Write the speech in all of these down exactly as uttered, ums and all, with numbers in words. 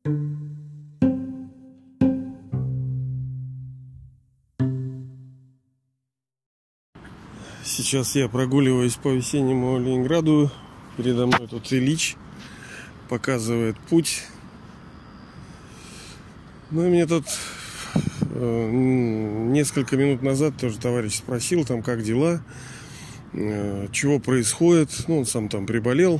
Сейчас я прогуливаюсь по весеннему Ленинграду. Передо мной тут Ильич показывает путь. Ну и мне тут э, несколько минут назад тоже товарищ спросил, там, как дела, э, чего происходит. Ну, он сам там приболел.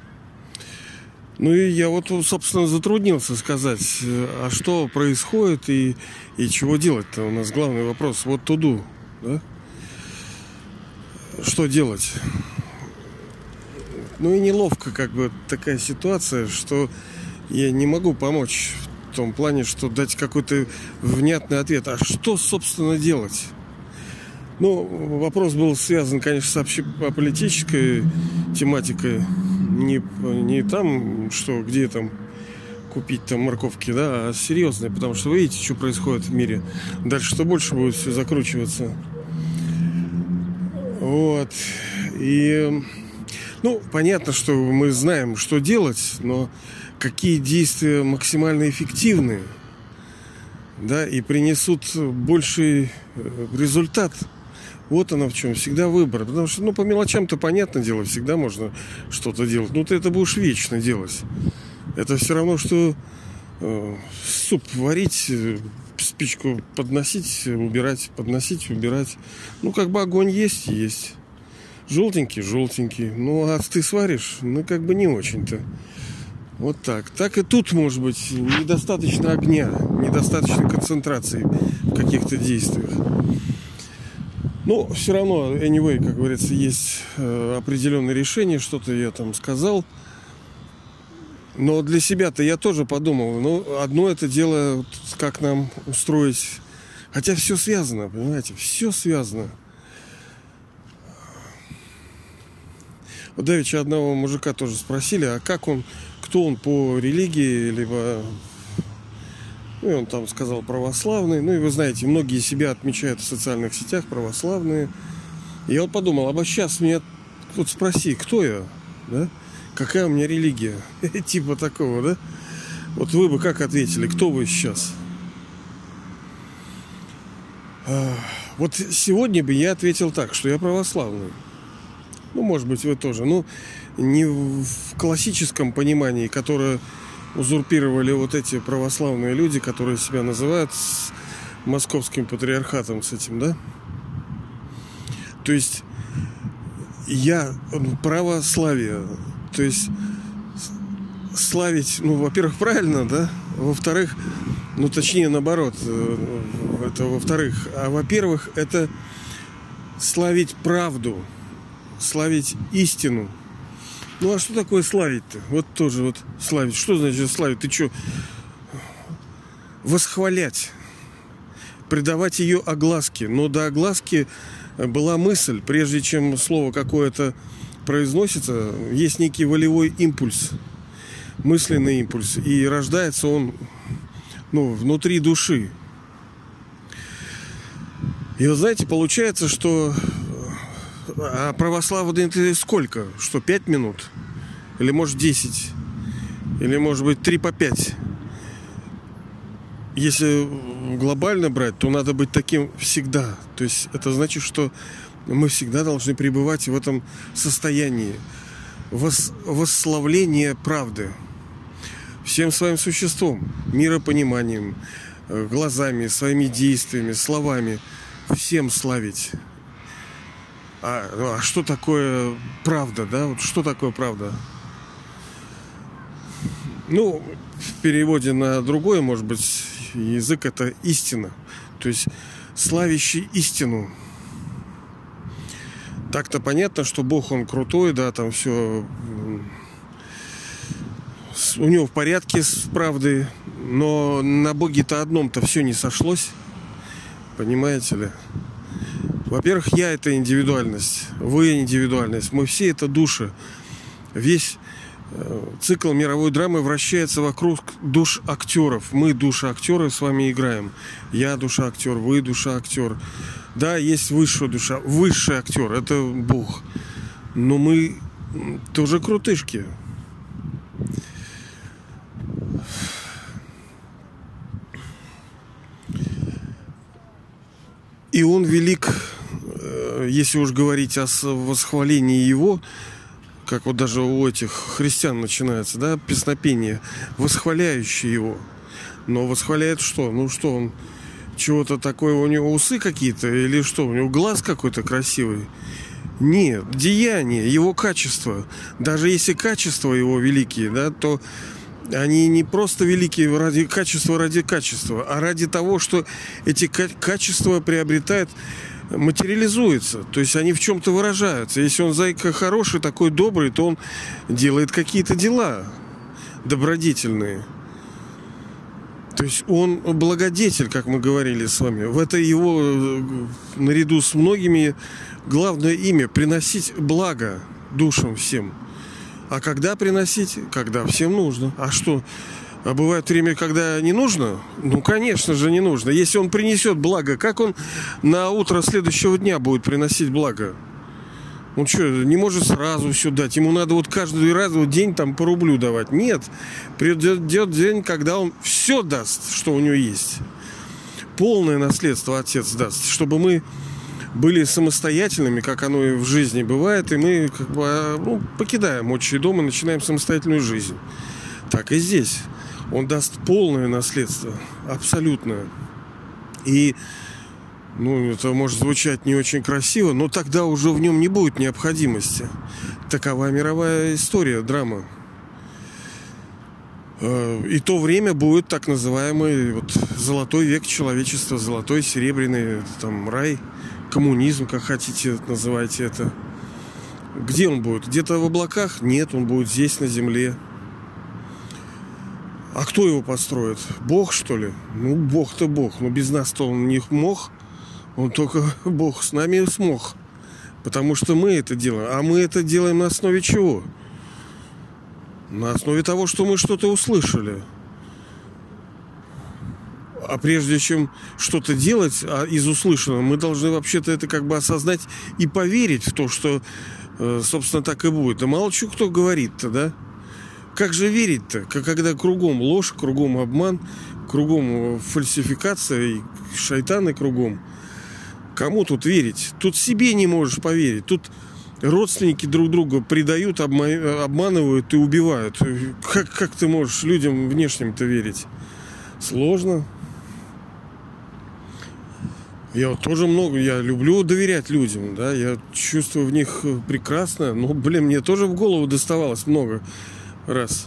Ну и я вот, собственно, затруднился сказать, а что происходит и, и чего делать-то. У нас главный вопрос. Вот туду, да? Что делать? Ну и неловко, как бы, такая ситуация, что я не могу помочь в том плане, что дать какой-то внятный ответ. А что, собственно, делать? Ну, вопрос был связан, конечно, с общеполитической тематикой. Не, не там, что, где там купить там морковки, да, а серьезной. Потому что вы видите, что происходит в мире. Дальше-то больше будет все закручиваться. Вот. И, ну, понятно, что мы знаем, что делать, но какие действия максимально эффективны, да, и принесут больший результат. Вот оно в чем. Всегда выбор. Потому что, ну, по мелочам-то, понятное дело, всегда можно что-то делать. Ну, ты это будешь вечно делать. Это все равно, что э, суп варить, спичку подносить, убирать, подносить, убирать. Ну, как бы огонь есть и есть. Желтенький, желтенький. Ну, а ты сваришь, ну, как бы не очень-то. Вот так. Так и тут, может быть, недостаточно огня, недостаточно концентрации в каких-то действиях. Но все равно, anyway, как говорится, есть э, определенные решения. Что-то я там сказал. Но для себя-то я тоже подумал, ну, одно это дело, как нам устроить. Хотя все связано, понимаете, все связано. Вот давеча одного мужика тоже спросили, а как он, кто он по религии, либо... Ну, и он там сказал православный. Ну, и вы знаете, многие себя отмечают в социальных сетях, православные. И я вот подумал, а сейчас меня вот спроси, кто я, да? Какая у меня религия? Типа такого, да? Вот вы бы как ответили? Кто вы сейчас? Вот сегодня бы я ответил так, что я православный. Ну, может быть, вы тоже. Ну, не в классическом понимании, которое узурпировали вот эти православные люди, которые себя называют с московским патриархатом, с этим, да? То есть я православие. То есть славить, ну, во-первых, правильно, да? Во-вторых, ну, точнее, наоборот, это во-вторых. А во-первых, это славить правду, славить истину. Ну, а что такое славить-то? Вот тоже вот славить. Что значит славить? Ты что? Восхвалять. Придавать ее огласке. Но до огласки была мысль, прежде чем слово какое-то произносится, есть некий волевой импульс, мысленный импульс, и рождается он, ну, внутри души. И вы знаете, получается, что а православные это сколько? Что, пять минут? Или может десять? Или может быть три по пять? Если глобально брать, то надо быть таким всегда. То есть это значит, что мы всегда должны пребывать в этом состоянии вос, восславления правды всем своим существом, миропониманием, глазами, своими действиями, словами, всем славить. А, а что такое правда, да? Вот что такое правда? Ну, в переводе на другой, может быть, язык — это истина. То есть славящий истину. Так-то понятно, что Бог, он крутой, да, там все у него в порядке с правдой, но на Боге-то одном-то все не сошлось, понимаете ли? Во-первых, я — это индивидуальность, вы — индивидуальность, мы все — это души. Весь э, цикл мировой драмы вращается вокруг душ актеров. Мы, души актеры, с вами играем. Я душа актер, вы душа актер. Да, есть высшая душа, высший актер, это Бог. Но мы тоже крутышки. И он велик, если уж говорить о восхвалении его, как вот даже у этих христиан начинается, да, песнопение, восхваляющее его. Но восхваляет что? Ну что, он чего-то такое, у него усы какие-то, или что, у него глаз какой-то красивый? Нет, деяния, его качества. Даже если качества его великие, да, то они не просто великие ради качества, ради качества, а ради того, что эти качества приобретают, материализуются. То есть они в чем-то выражаются. Если он зайка хороший, такой добрый, то он делает какие-то дела добродетельные. То есть он благодетель, как мы говорили с вами. В это его, наряду с многими, главное имя – приносить благо душам всем. А когда приносить? Когда всем нужно. А что? А бывает время, когда не нужно? Ну, конечно же, не нужно. Если он принесет благо, как он на утро следующего дня будет приносить благо? Он что, не может сразу все дать? Ему надо вот каждый раз вот день там по рублю давать. Нет. Придет день, когда он все даст, что у него есть. Полное наследство Отец даст. Чтобы мы были самостоятельными, как оно и в жизни бывает. И мы как бы, ну, покидаем отчий дом и начинаем самостоятельную жизнь. Так и здесь. Он даст полное наследство. Абсолютное. И ну, это может звучать не очень красиво, но тогда уже в нем не будет необходимости. Такова мировая история, драма. И то время будет так называемый вот, золотой век человечества, золотой, серебряный, там, рай, коммунизм, как хотите называйте это. Где он будет? Где-то в облаках? Нет, он будет здесь, на земле. А кто его построит? Бог, что ли? Ну, Бог-то Бог. Но без нас-то он не мог. Он только Бог с нами смог. Потому что мы это делаем. А мы это делаем на основе чего? На основе того, что мы что-то услышали. А прежде чем что-то делать из услышанного, мы должны вообще-то это как бы осознать и поверить в то, что, собственно, так и будет. Да мало чего кто говорит-то, да? Как же верить-то, когда кругом ложь, кругом обман, кругом фальсификация, и шайтаны кругом? Кому тут верить? Тут себе не можешь поверить. Тут родственники друг друга предают, обманывают и убивают. Как, как ты можешь людям внешним-то верить? Сложно. Я вот тоже много, я люблю доверять людям, да, я чувствую в них прекрасно, но, блин, мне тоже в голову доставалось много раз.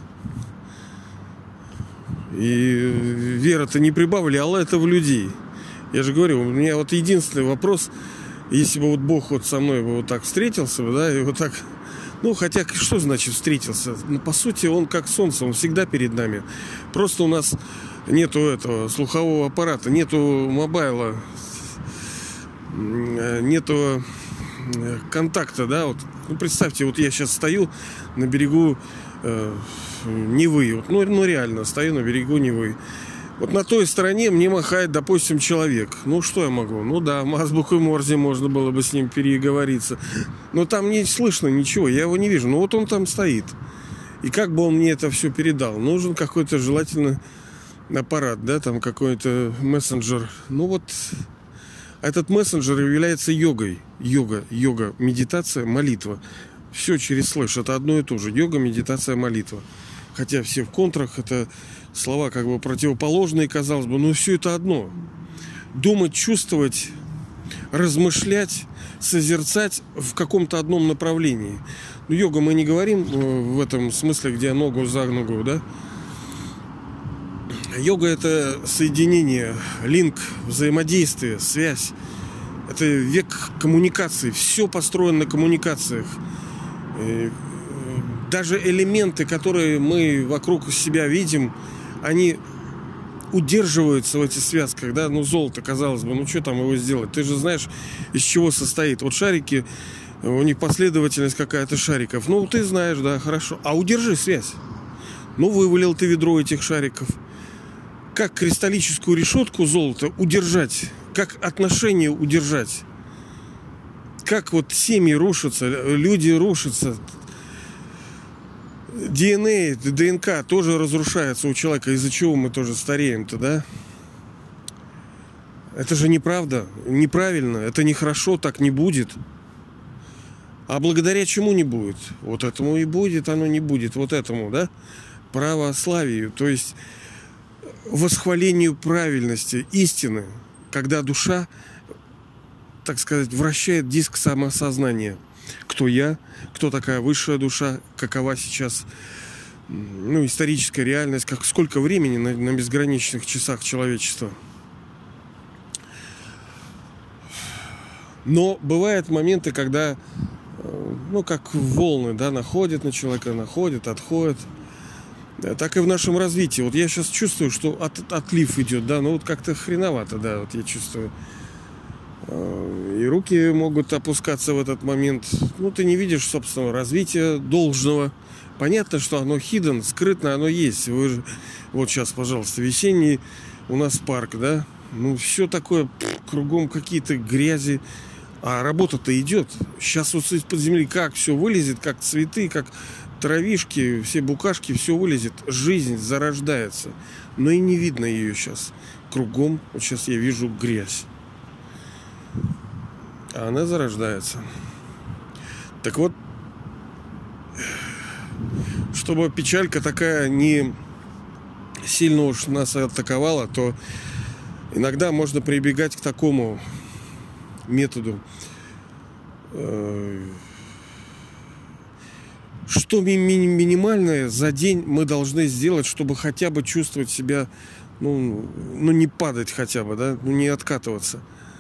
И вера-то не прибавляла это в людей. Я же говорю, у меня вот единственный вопрос, если бы вот Бог вот со мной бы вот так встретился бы, да, и вот так, ну, хотя, что значит встретился? Ну, по сути, он как солнце, он всегда перед нами. Просто у нас нету этого слухового аппарата, нету мобайла, нету контакта, да, вот. Ну, представьте, вот я сейчас стою на берегу э, Невы, вот, ну, ну, реально, стою на берегу Невы. Вот на той стороне мне махает, допустим, человек. Ну, что я могу? Ну да, азбукой Морзе можно было бы с ним переговориться. Но там не слышно ничего, я его не вижу. Но вот он там стоит. И как бы он мне это все передал? Нужен какой-то желательно аппарат, да, там какой-то мессенджер. Ну вот, этот мессенджер является йогой. Йога, йога, медитация, молитва. Все через слэш, это одно и то же. Йога, медитация, молитва. Хотя все в контрах, это слова как бы противоположные, казалось бы, но все это одно. Думать, чувствовать, размышлять, созерцать в каком-то одном направлении. Ну, йога мы не говорим в этом смысле, где ногу за ногу, да? Йога – это соединение, линк, взаимодействие, связь. Это век коммуникации. Все построено на коммуникациях. Даже элементы, которые мы вокруг себя видим, они удерживаются в этих связках, да, ну, золото, казалось бы, ну, что там его сделать? Ты же знаешь, из чего состоит. Вот шарики, у них последовательность какая-то шариков. Ну, ты знаешь, да, хорошо. А удержи связь. Ну, вывалил ты ведро этих шариков. Как кристаллическую решетку золота удержать? Как отношения удержать? Как вот семьи рушатся, люди рушатся. ди эн эй, ДНК тоже разрушается у человека, из-за чего мы тоже стареем-то, да? Это же неправда, неправильно, это нехорошо, так не будет. А благодаря чему не будет? Вот этому и будет, оно не будет. Вот этому, да? Православию, то есть восхвалению правильности, истины, когда душа, так сказать, вращает диск самосознания. Кто я, кто такая высшая душа, какова сейчас, ну, историческая реальность, как, сколько времени на, на безграничных часах человечества. Но бывают моменты, когда, ну, как волны, да, находят на человека, находят, отходят. Так и в нашем развитии. Вот я сейчас чувствую, что от, отлив идет, да, ну вот как-то хреновато, да, вот я чувствую. И руки могут опускаться в этот момент. Ну, ты не видишь собственного развития должного. Понятно, что оно hidden, скрытно оно есть. Вы же, вот сейчас, пожалуйста, весенний у нас парк, да. Ну, все такое, кругом какие-то грязи. А работа-то идет. Сейчас вот из-под земли как все вылезет, как цветы, как травишки, все букашки, все вылезет. Жизнь зарождается. Но и не видно ее сейчас. Кругом, вот сейчас я вижу грязь. А она зарождается. Так вот, чтобы печалька такая не сильно уж нас атаковала, то иногда можно прибегать к такому методу. Что ми- минимальное за день мы должны сделать, чтобы хотя бы чувствовать себя, ну, ну не падать хотя бы, да, ну, не откатываться.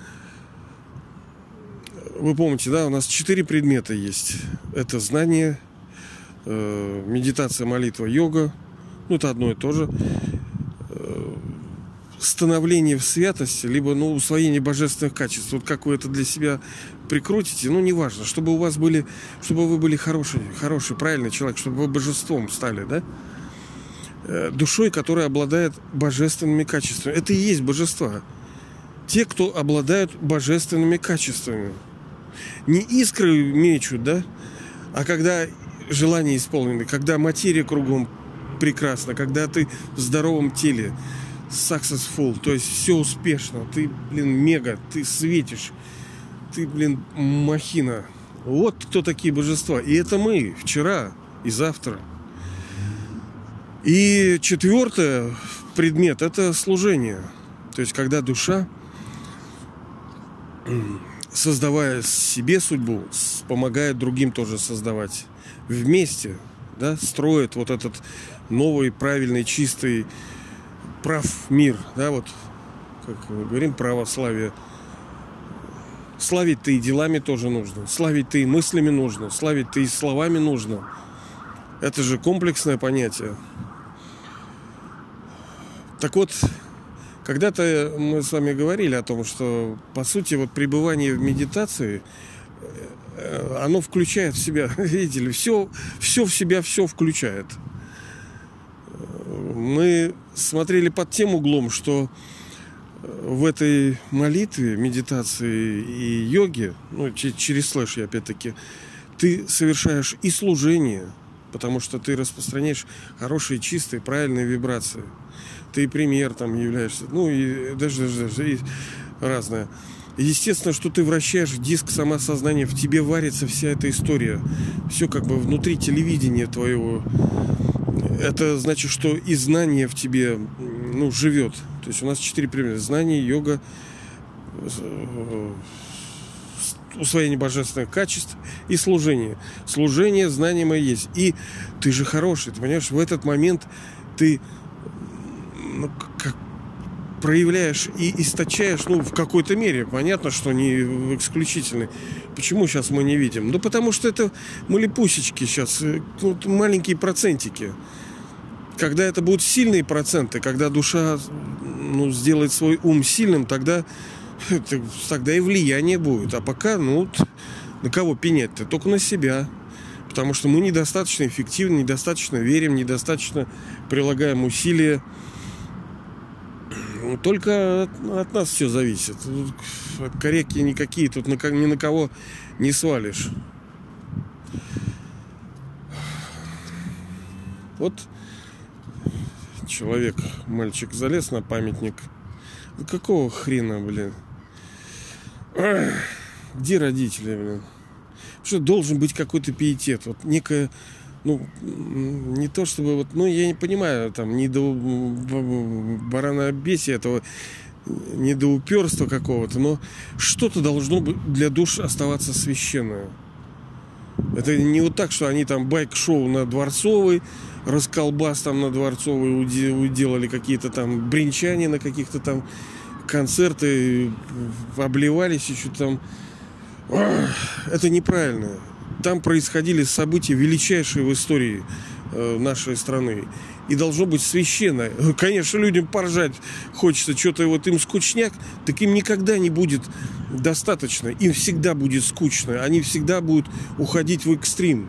Вы помните, да, у нас четыре предмета есть. Это знание, э, медитация, молитва, йога. Ну, это одно и то же. Э, становление в святости, либо, ну, усвоение божественных качеств. Вот как вы это для себя прикрутите, ну, неважно. Чтобы у вас были, чтобы вы были хороший, хороший, правильный человек, чтобы вы божеством стали, да? Э, душой, которая обладает божественными качествами. Это и есть божества. Те, кто обладают божественными качествами. Не искры мечут, да, а когда желания исполнены, когда материя кругом прекрасна, когда ты в здоровом теле, successful, то есть все успешно, ты, блин, мега, ты светишь, ты, блин, махина. Вот кто такие божества. И это мы вчера и завтра. И четвертый предмет – это служение. То есть когда душа, создавая себе судьбу, помогает другим тоже создавать. Вместе, да, строит вот этот новый, правильный, чистый, прав мир. Да, вот, как мы говорим, православие. Славить-то и делами тоже нужно. Славить-то и мыслями нужно. Славить-то и словами нужно. Это же комплексное понятие. Так вот, когда-то мы с вами говорили о том, что, по сути, вот пребывание в медитации, оно включает в себя, видите ли, все, все в себя, все включает. Мы смотрели под тем углом, что в этой молитве, медитации и йоге, ну, через слэш, опять-таки, ты совершаешь и служение, потому что ты распространяешь хорошие, чистые, правильные вибрации. Ты пример там являешься, ну и даже, даже, даже и разное. Естественно, что ты вращаешь диск самосознания, в тебе варится вся эта история. Все как бы внутри телевидения твоего. Это значит, что и знание в тебе, ну, живет. То есть у нас четыре примера. Знание, йога, усвоение божественных качеств и служение. Служение, знание мое есть. И ты же хороший, ты понимаешь, в этот момент ты, ну, как проявляешь и источаешь, ну, в какой-то мере. Понятно, что не в исключительной. Почему сейчас мы не видим? Ну, потому что это малепусечки сейчас, ну, маленькие процентики. Когда это будут сильные проценты, когда душа, ну, сделает свой ум сильным, тогда, тогда и влияние будет. А пока, ну, на кого пенять-то? Только на себя. Потому что мы недостаточно эффективны, недостаточно верим, недостаточно прилагаем усилия. Только от, от нас все зависит. Коряки никакие, тут на, ни на кого не свалишь. Вот человек, мальчик, залез на памятник, Какого хрена, блин? Ах, где родители, блин? Что должен быть какой-то пиетет, вот некая, ну, не то чтобы вот, ну, я не понимаю, там, не до баранобесия этого, не до уперства какого-то, но что-то должно быть для душ оставаться священное. Это не вот так, что они там байк-шоу на Дворцовой, расколбас там на Дворцовой уделали какие-то там бренчания на каких-то там концерты, обливались еще там. Это неправильно. Там происходили события величайшие в истории нашей страны. И должно быть священно. Конечно, людям поржать хочется, что-то вот им скучняк, так им никогда не будет достаточно. Им всегда будет скучно. Они всегда будут уходить в экстрим.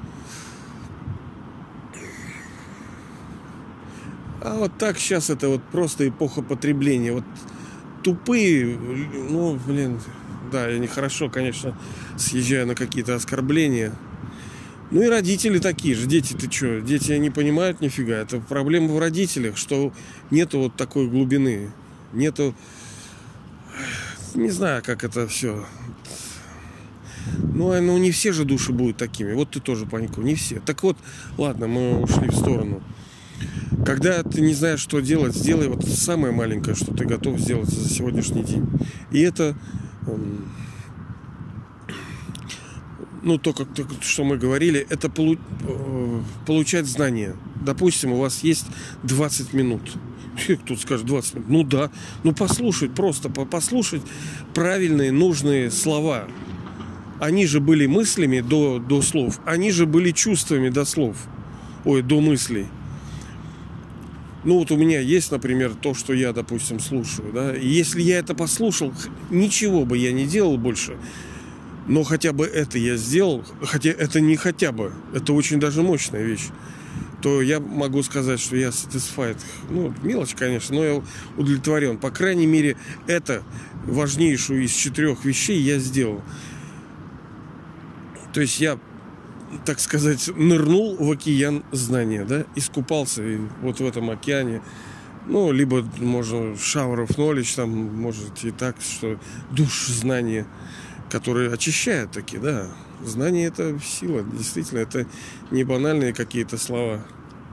А вот так сейчас это вот просто эпоха потребления. Вот тупые, ну, блин, да, я нехорошо, конечно, съезжаю на какие-то оскорбления. Ну и родители такие же. Дети, ты что? Дети не понимают нифига. Это проблема в родителях, что нету вот такой глубины. Нету... Не знаю, как это все. Ну, ну, не все же души будут такими. Вот ты тоже, Панько, не все. Так вот, ладно, мы ушли в сторону. Когда ты не знаешь, что делать, сделай вот самое маленькое, что ты готов сделать за сегодняшний день. И это... Ну, то, как, то, что мы говорили, это полу, э, получать знания. Допустим, у вас есть двадцать минут. Кто-то скажет двадцать минут. Ну да. Ну, послушать, просто послушать правильные, нужные слова. Они же были мыслями до, до слов. Они же были чувствами до слов. Ой, до мыслей. Ну, вот у меня есть, например, то, что я, допустим, слушаю. Да? И если я это послушал, ничего бы я не делал больше. Но хотя бы это я сделал, хотя это не хотя бы, это очень даже мощная вещь, то я могу сказать, что я satisfied. Ну, мелочь, конечно, но я удовлетворен. По крайней мере, это важнейшую из четырех вещей я сделал. То есть я, так сказать, нырнул в океан знания, да, искупался вот в этом океане. Ну, либо можно shower of knowledge, там, может и так, что душ знания, которые очищают таки, да. Знание — это сила, действительно, это не банальные какие-то слова.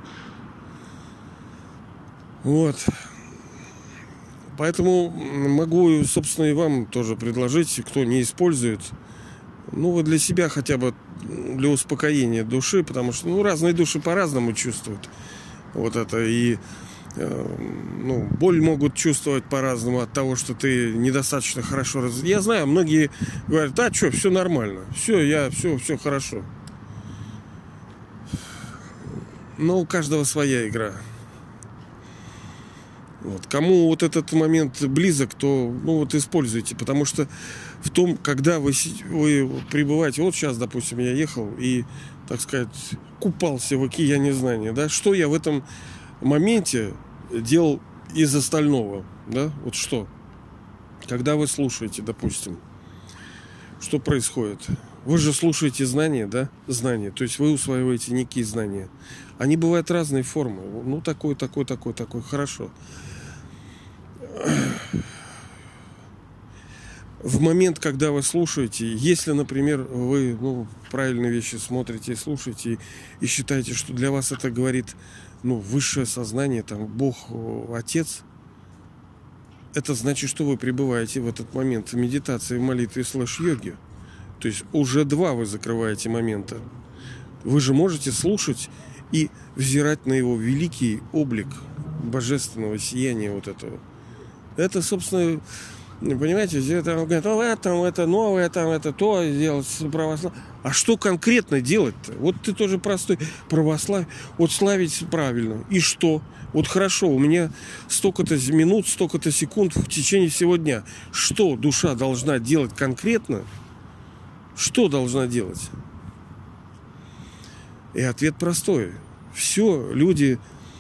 Вот. Поэтому могу, собственно, и вам тоже предложить, кто не использует, ну, вот для себя хотя бы, для успокоения души, потому что, ну, разные души по-разному чувствуют вот это, и ну, боль могут чувствовать по-разному от того, что ты недостаточно хорошо раз... Я знаю, многие говорят, а что, все нормально, все, я, все, все хорошо. Но у каждого своя игра. Вот. Кому вот этот момент близок, то, ну, вот используйте, потому что в том, когда вы, вы пребываете, вот сейчас, допустим, я ехал и, так сказать, купался в океане знания, да, что я в этом моменте делал из остального, да, вот что, когда вы слушаете, допустим, что происходит? Вы же слушаете знания, да, знания, то есть вы усваиваете некие знания. Они бывают разной формы, ну, такой, такой, такой, такой, хорошо. В момент, когда вы слушаете, если, например, вы, ну, правильные вещи смотрите и слушаете, и, и считаете, что для вас это говорит, ну, высшее сознание, там, Бог, Отец, это значит, что вы пребываете в этот момент в медитации, в молитве слэш-йоге. То есть уже два вы закрываете момента. Вы же можете слушать и взирать на его великий облик божественного сияния вот этого. Это, собственно, понимаете, это, он говорит, ну, это, это новое, там, это то делать православие. А что конкретно делать-то? Вот ты тоже простой православие. Вот славить правильно. И что? Вот хорошо, у меня столько-то минут, столько-то секунд в течение всего дня. Что душа должна делать конкретно? Что должна делать? И ответ простой. Все люди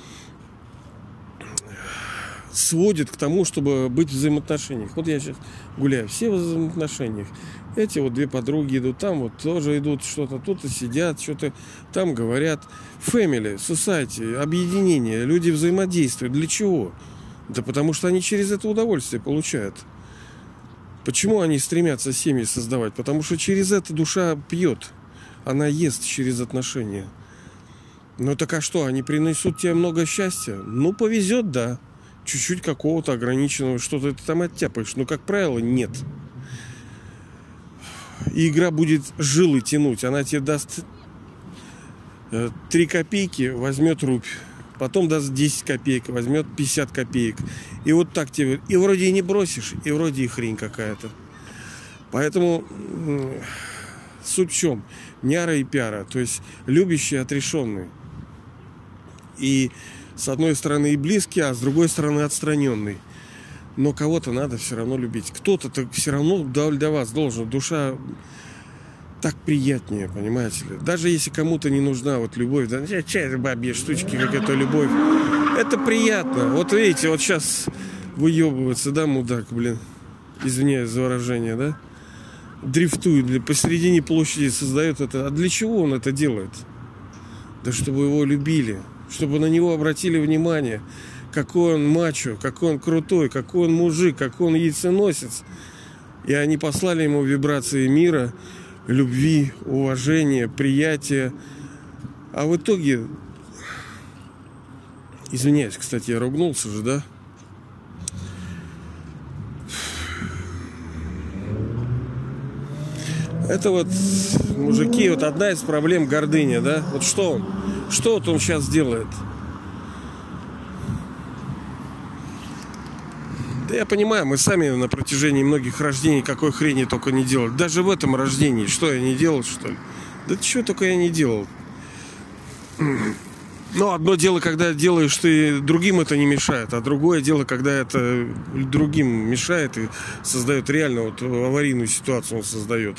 сводят к тому, чтобы быть в взаимоотношениях. Вот я сейчас гуляю, все в взаимоотношениях. Эти вот две подруги идут, там вот тоже идут что-то, тут и сидят, что-то там говорят. Family, society, объединение, люди взаимодействуют. Для чего? Да потому что они через это удовольствие получают. Почему они стремятся семьи создавать? Потому что через это душа пьет. Она ест через отношения. Ну так а что, они принесут тебе много счастья? Ну, повезет, да. Чуть-чуть какого-то ограниченного, что-то ты там оттяпаешь. Но, как правило, нет. И игра будет жилы тянуть. Она тебе даст три копейки, возьмет рубь. Потом даст десять копеек, возьмет пятьдесят копеек. И вот так тебе... И вроде и не бросишь, и вроде и хрень какая-то. Поэтому суть в чем? Няра и пяра. То есть любящие, отрешенные. И с одной стороны и близкий, а с другой стороны отстраненный. Но кого-то надо все равно любить. Кто-то так все равно для вас должен. Душа так приятнее, понимаете ли. Даже если кому-то не нужна вот любовь, да, чай, бабьи штучки, как это любовь. Это приятно. Вот видите, вот сейчас выебывается, да, мудак, блин. Извиняюсь за выражение, да. Дрифтует, посередине площади создает это. А для чего он это делает? Да чтобы его любили. Чтобы на него обратили внимание. Какой он мачо, какой он крутой, какой он мужик, какой он яйценосец. И они послали ему вибрации мира, любви, уважения, приятия. А в итоге... Извиняюсь, кстати, я ругнулся же, да? Это вот, мужики, вот одна из проблем гордыня, да? Вот что он? Что вот он сейчас делает? Да я понимаю, мы сами на протяжении многих рождений какой хрени только не делали. Даже в этом рождении. Что, я не делал, что ли? Да чего только я не делал. Но одно дело, когда делаешь ты, другим это не мешает. А другое дело, когда это другим мешает и создает реально вот аварийную ситуацию он создает.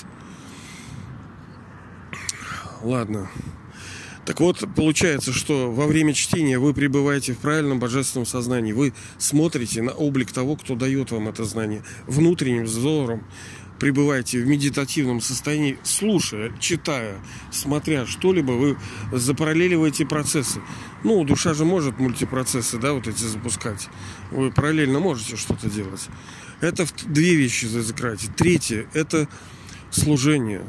Ладно. Так вот, получается, что во время чтения вы пребываете в правильном божественном сознании. Вы смотрите на облик того, кто дает вам это знание. Внутренним взором пребываете в медитативном состоянии, слушая, читая, смотря что-либо, вы запараллеливаете процессы. Ну, душа же может мультипроцессы, да, вот эти запускать. Вы параллельно можете что-то делать. Это две вещи закрыть. Третье – это служение.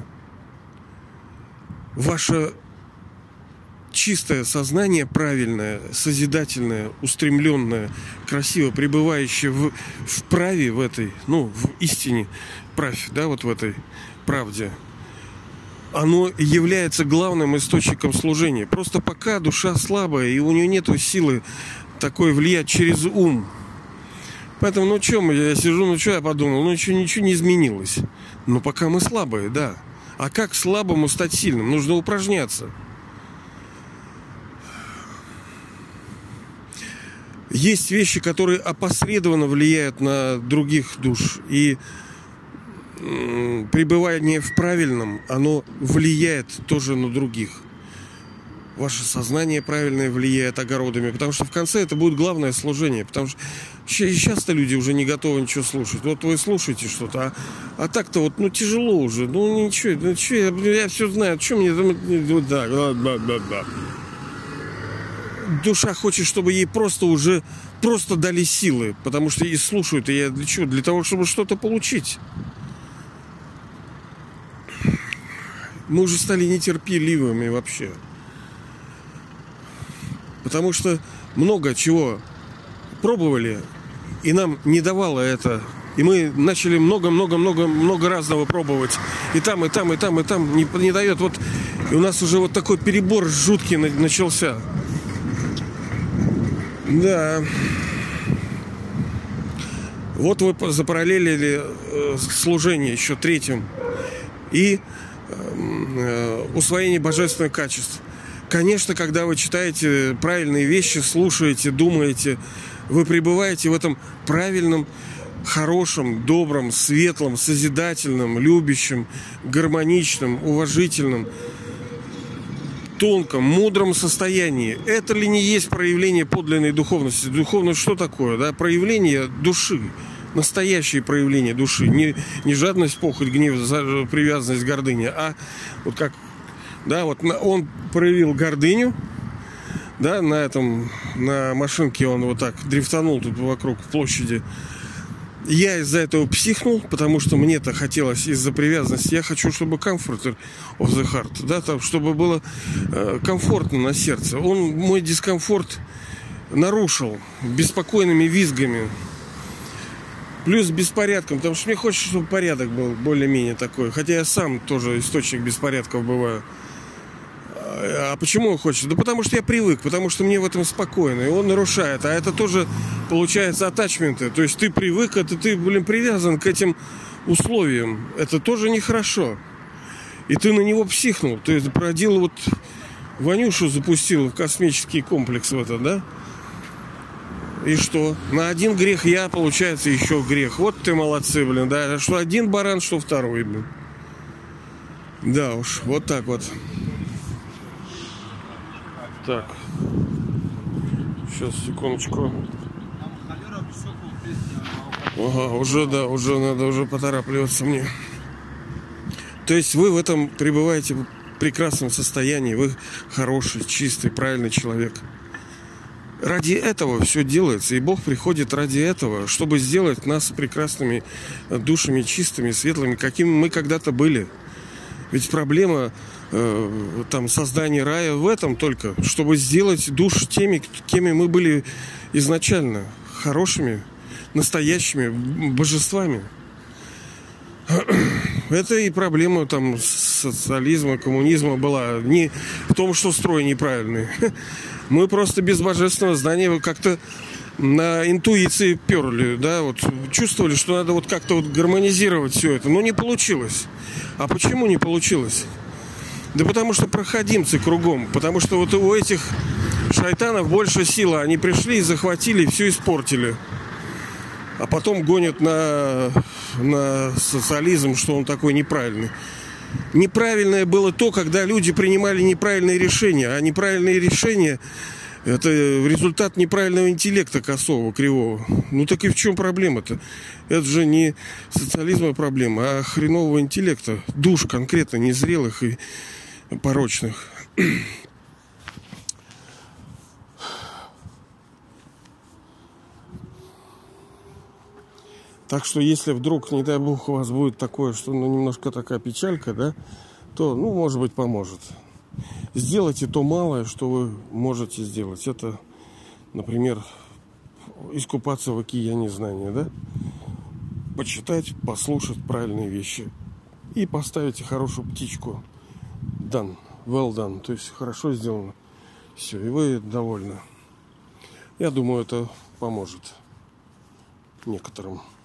Ваше чистое сознание, правильное, созидательное, устремленное, красиво пребывающее в, в праве в этой, ну, в истине, правь, да, вот в этой правде, оно является главным источником служения. Просто пока душа слабая, и у нее нет силы такой влиять через ум. Поэтому, ну, что, я сижу, ну, что я подумал, ну, еще ничего не изменилось. Но пока мы слабые, да. А как слабому стать сильным? Нужно упражняться. Есть вещи, которые опосредованно влияют на других душ. И м, пребывание в правильном, оно влияет тоже на других. Ваше сознание правильное влияет огородами. Потому что в конце это будет главное служение. Потому что сейчас-то люди уже не готовы ничего слушать. Вот вы слушаете что-то, а, а так-то вот, ну, тяжело уже. Ну, ничего, ну, что, я, я все знаю. Что мне там... Вот так, да, да, да, да. Душа хочет, чтобы ей просто уже просто дали силы, потому что и слушают, и я для чего? Для того, чтобы что-то получить. Мы уже стали нетерпеливыми вообще. Потому что много чего пробовали, и нам не давало это. И мы начали много-много-много-много разного пробовать. И там, и там, и там, и там не, не дает. Вот, и у нас уже вот такой перебор жуткий начался. Да. Вот вы запараллелили э, служение еще третьим. И э, усвоение божественных качеств. Конечно, когда вы читаете правильные вещи, слушаете, думаете, вы пребываете в этом правильном, хорошем, добром, светлом, созидательном, любящем, гармоничном, уважительном, тонком, мудром состоянии. Это ли не есть проявление подлинной духовности? Духовность что такое? Да? Проявление души. Настоящее проявление души. Не, не жадность, похоть, гнев, привязанность, гордыня, а вот как, да, вот он проявил гордыню, да, на этом, на машинке он вот так дрифтанул тут вокруг площади. Я из-за этого психнул, потому что мне-то хотелось из-за привязанности. Я хочу, чтобы comfort of the heart, да, там, чтобы было э, комфортно на сердце. Он мой дискомфорт нарушил беспокойными визгами. Плюс беспорядком, потому что мне хочется, чтобы порядок был более-менее такой. Хотя я сам тоже источник беспорядков бываю. А почему он хочет? Да потому что я привык, потому что мне в этом спокойно. И он нарушает. А это тоже, получается, атачменты. То есть ты привык, это ты, блин, привязан к этим условиям. Это тоже нехорошо. И ты на него психнул. Ты породил вот Ванюшу, запустил в космический комплекс в это, да? И что? На один грех я, получается, еще грех. Вот ты молодцы, блин, да? Что один баран, что второй, блин. Да уж, вот так вот. Так. Сейчас, секундочку. Ага, уже, да, уже надо уже поторапливаться мне. То есть вы в этом пребываете в прекрасном состоянии. Вы хороший, чистый, правильный человек. Ради этого все делается. И Бог приходит ради этого, чтобы сделать нас прекрасными душами, чистыми, светлыми, какими мы когда-то были. Ведь проблема э, там, создания рая в этом только, чтобы сделать душ теми, кем мы были изначально. Хорошими, настоящими божествами. Это и проблема там социализма, коммунизма была не в том, что строй неправильный. Мы просто без божественного знания как-то на интуиции перли, да, вот чувствовали, что надо вот как-то вот гармонизировать все это, но не получилось. А почему не получилось? Да потому что проходимцы кругом, потому что вот у этих шайтанов больше силы, они пришли и захватили, все испортили. А потом гонят на, на социализм, что он такой неправильный. Неправильное было то, когда люди принимали неправильные решения. А неправильные решения – это результат неправильного интеллекта косого, кривого. Ну так и в чем проблема-то? Это же не социализма проблема, а хренового интеллекта. Душ конкретно незрелых и порочных. Так что, если вдруг, не дай бог, у вас будет такое, что ну, немножко такая печалька, да, то, ну, может быть, поможет. Сделайте то малое, что вы можете сделать. Это, например, искупаться в океане знания, да? Почитать, послушать правильные вещи. И поставите хорошую птичку. Done. Well done. То есть, хорошо сделано. Все, и вы довольны. Я думаю, это поможет некоторым.